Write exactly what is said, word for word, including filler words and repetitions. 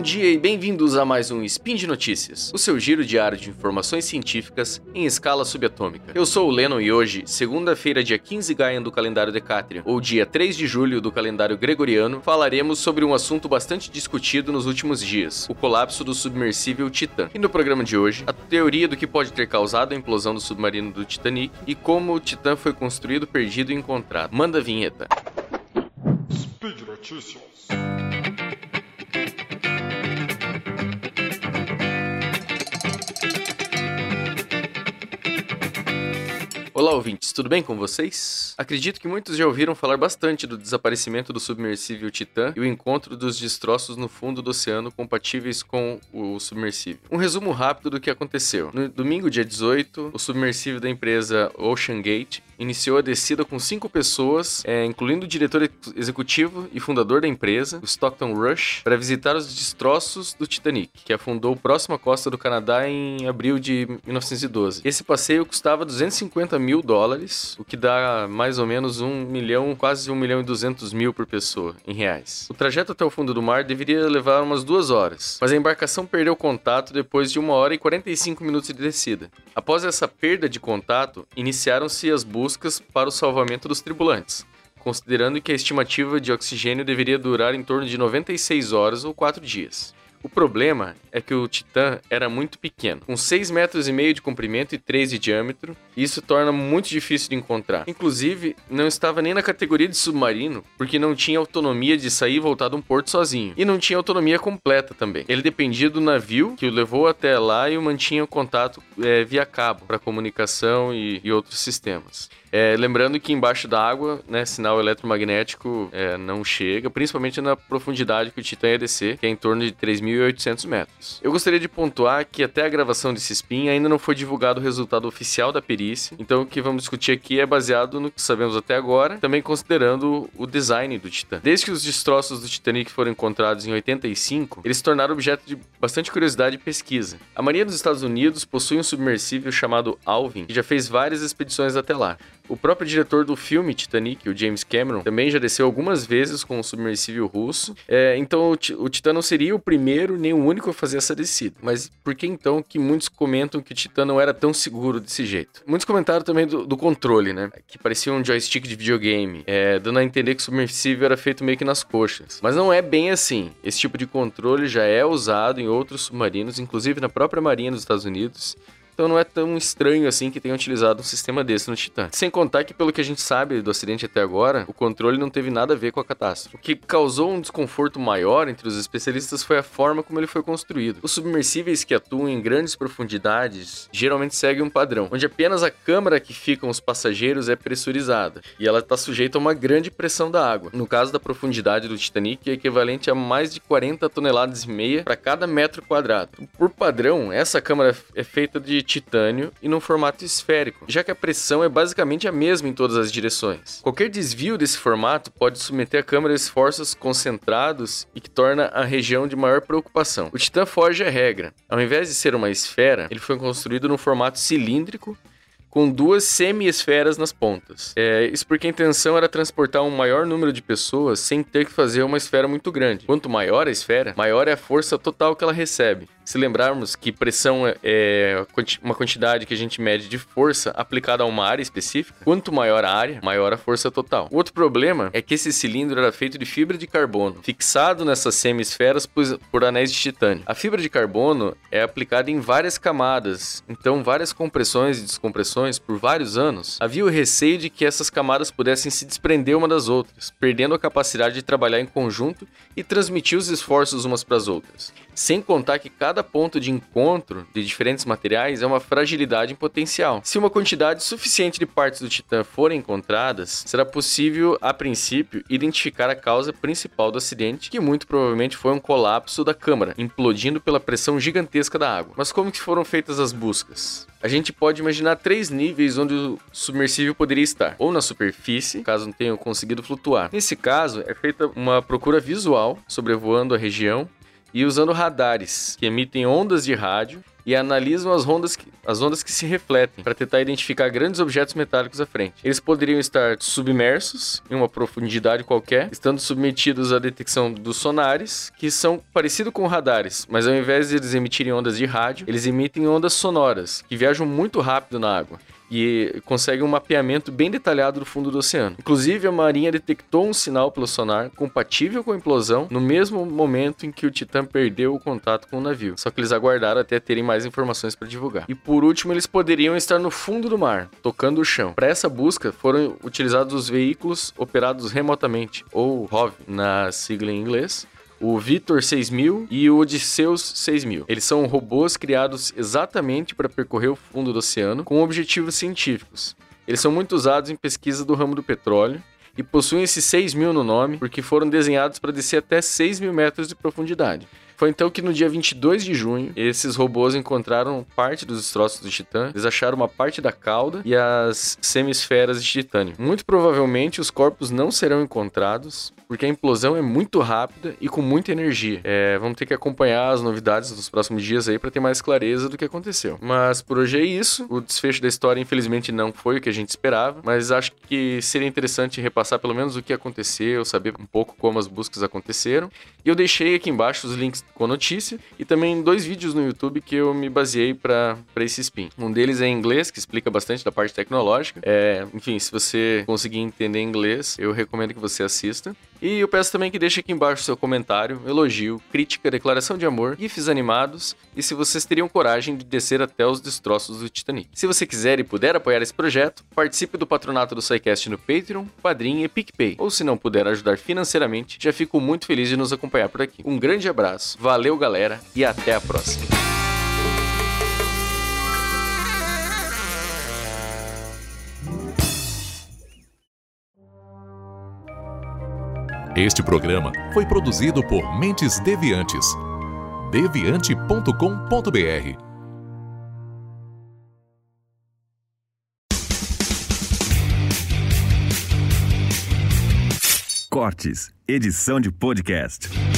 dia e bem-vindos a mais um Spin de Notícias, o seu giro diário de informações científicas em escala subatômica. Eu sou o Lennon e hoje, segunda-feira, dia quinze Gaian do calendário Decatrian, ou dia três de julho do calendário Gregoriano, falaremos sobre um assunto bastante discutido nos últimos dias, o colapso do submersível Titã. E no programa de hoje, a teoria do que pode ter causado a implosão do submarino do Titanic e como o Titã foi construído, perdido e encontrado. Manda a vinheta. Speed Notícias. Olá, ouvintes, tudo bem com vocês? Acredito que muitos já ouviram falar bastante do desaparecimento do submersível Titã e o encontro dos destroços no fundo do oceano compatíveis com o submersível. Um resumo rápido do que aconteceu. No domingo, dia dezoito, o submersível da empresa OceanGate iniciou a descida com cinco pessoas, é, incluindo o diretor executivo e fundador da empresa, o Stockton Rush, para visitar os destroços do Titanic, que afundou próximo à costa do Canadá em abril de mil novecentos e doze. Esse passeio custava duzentos e cinquenta mil dólares, o que dá mais ou menos um milhão, quase um milhão e duzentos mil por pessoa, em reais. O trajeto até o fundo do mar deveria levar umas duas horas, mas a embarcação perdeu contato depois de uma hora e quarenta e cinco minutos de descida. Após essa perda de contato, iniciaram-se as buscas para o salvamento dos tripulantes, considerando que a estimativa de oxigênio deveria durar em torno de noventa e seis horas ou quatro dias. O problema é que o Titã era muito pequeno, com seis metros e meio de comprimento e três de diâmetro, e isso torna muito difícil de encontrar. Inclusive, não estava nem na categoria de submarino, porque não tinha autonomia de sair e voltar de um porto sozinho, e não tinha autonomia completa também. Ele dependia do navio que o levou até lá e o mantinha em contato é, via cabo para comunicação e, e outros sistemas. É, lembrando que embaixo da água, né, sinal eletromagnético é, não chega, principalmente na profundidade que o Titã ia descer, que é em torno de três mil e oitocentos metros. Eu gostaria de pontuar que até a gravação desse spin ainda não foi divulgado o resultado oficial da perícia, então o que vamos discutir aqui é baseado no que sabemos até agora, também considerando o design do Titã. Desde que os destroços do Titanic foram encontrados em oitenta e cinco, eles se tornaram objeto de bastante curiosidade e pesquisa. A Marinha dos Estados Unidos possui um submersível chamado Alvin, que já fez várias expedições até lá. O próprio diretor do filme Titanic, o James Cameron, também já desceu algumas vezes com o submersível russo. É, então o, o Titã não seria o primeiro nem o único a fazer essa descida. Mas por que então que muitos comentam que o Titã não era tão seguro desse jeito? Muitos comentaram também do, do controle, né? Que parecia um joystick de videogame, é, dando a entender que o submersível era feito meio que nas coxas. Mas não é bem assim. Esse tipo de controle já é usado em outros submarinos, inclusive na própria Marinha dos Estados Unidos. Então não é tão estranho assim que tenham utilizado um sistema desse no Titã. Sem contar que, pelo que a gente sabe do acidente até agora, o controle não teve nada a ver com a catástrofe. O que causou um desconforto maior entre os especialistas foi a forma como ele foi construído. Os submersíveis que atuam em grandes profundidades geralmente seguem um padrão, onde apenas a câmara que ficam os passageiros é pressurizada, e ela está sujeita a uma grande pressão da água. No caso da profundidade do Titanic, é equivalente a mais de quarenta toneladas e meia para cada metro quadrado. Por padrão, essa câmara é feita de titânio e num formato esférico, já que a pressão é basicamente a mesma em todas as direções. Qualquer desvio desse formato pode submeter a câmara a esforços concentrados e que torna a região de maior preocupação. O Titã foge à regra. Ao invés de ser uma esfera, ele foi construído num formato cilíndrico com duas semi-esferas nas pontas. É, isso porque a intenção era transportar um maior número de pessoas sem ter que fazer uma esfera muito grande. Quanto maior a esfera, maior é a força total que ela recebe. Se lembrarmos que pressão é uma quantidade que a gente mede de força aplicada a uma área específica, quanto maior a área, maior a força total. O outro problema é que esse cilindro era feito de fibra de carbono, fixado nessas semi-esferas por, por anéis de titânio. A fibra de carbono é aplicada em várias camadas, então várias compressões e descompressões por vários anos. Havia o receio de que essas camadas pudessem se desprender uma das outras, perdendo a capacidade de trabalhar em conjunto e transmitir os esforços umas para as outras. Sem contar que cada ponto de encontro de diferentes materiais é uma fragilidade em potencial. Se uma quantidade suficiente de partes do Titã forem encontradas, será possível, a princípio, identificar a causa principal do acidente, que muito provavelmente foi um colapso da câmara, implodindo pela pressão gigantesca da água. Mas como que foram feitas as buscas? A gente pode imaginar três níveis onde o submersível poderia estar. Ou na superfície, caso não tenha conseguido flutuar. Nesse caso, é feita uma procura visual sobrevoando a região e usando radares que emitem ondas de rádio e analisam as ondas que, as ondas que se refletem para tentar identificar grandes objetos metálicos à frente. Eles poderiam estar submersos em uma profundidade qualquer, estando submetidos à detecção dos sonares, que são parecidos com radares, mas ao invés de eles emitirem ondas de rádio, eles emitem ondas sonoras, que viajam muito rápido na água e conseguem um mapeamento bem detalhado do fundo do oceano. Inclusive, a Marinha detectou um sinal pelo sonar compatível com a implosão no mesmo momento em que o Titã perdeu o contato com o navio. Só que eles aguardaram até terem mais informações para divulgar. E por último, eles poderiam estar no fundo do mar, tocando o chão. Para essa busca, foram utilizados os veículos operados remotamente, ou R O V na sigla em inglês, o Vitor seis mil e o Odysseus seis mil. Eles são robôs criados exatamente para percorrer o fundo do oceano com objetivos científicos. Eles são muito usados em pesquisa do ramo do petróleo e possuem esse seis mil no nome porque foram desenhados para descer até seis mil metros de profundidade. Foi então que no dia vinte e dois de junho, esses robôs encontraram parte dos destroços do Titã. Eles acharam uma parte da cauda e as semisferas de titânio. Muito provavelmente os corpos não serão encontrados, porque a implosão é muito rápida e com muita energia. É, vamos ter que acompanhar as novidades nos próximos dias aí para ter mais clareza do que aconteceu. Mas por hoje é isso. O desfecho da história, infelizmente, não foi o que a gente esperava, mas acho que seria interessante repassar pelo menos o que aconteceu, saber um pouco como as buscas aconteceram. E eu deixei aqui embaixo os links com a notícia e também dois vídeos no YouTube que eu me baseei para esse spin. Um deles é em inglês, que explica bastante da parte tecnológica. É, enfim, se você conseguir entender inglês, eu recomendo que você assista. E eu peço também que deixe aqui embaixo seu comentário, elogio, crítica, declaração de amor, gifs animados e se vocês teriam coragem de descer até os destroços do Titanic. Se você quiser e puder apoiar esse projeto, participe do patronato do SciCast no Patreon, Padrim e PicPay. Ou se não puder ajudar financeiramente, já fico muito feliz de nos acompanhar por aqui. Um grande abraço, valeu galera e até a próxima. Este programa foi produzido por Mentes Deviantes. deviante ponto com ponto b r. Cortes, edição de podcast.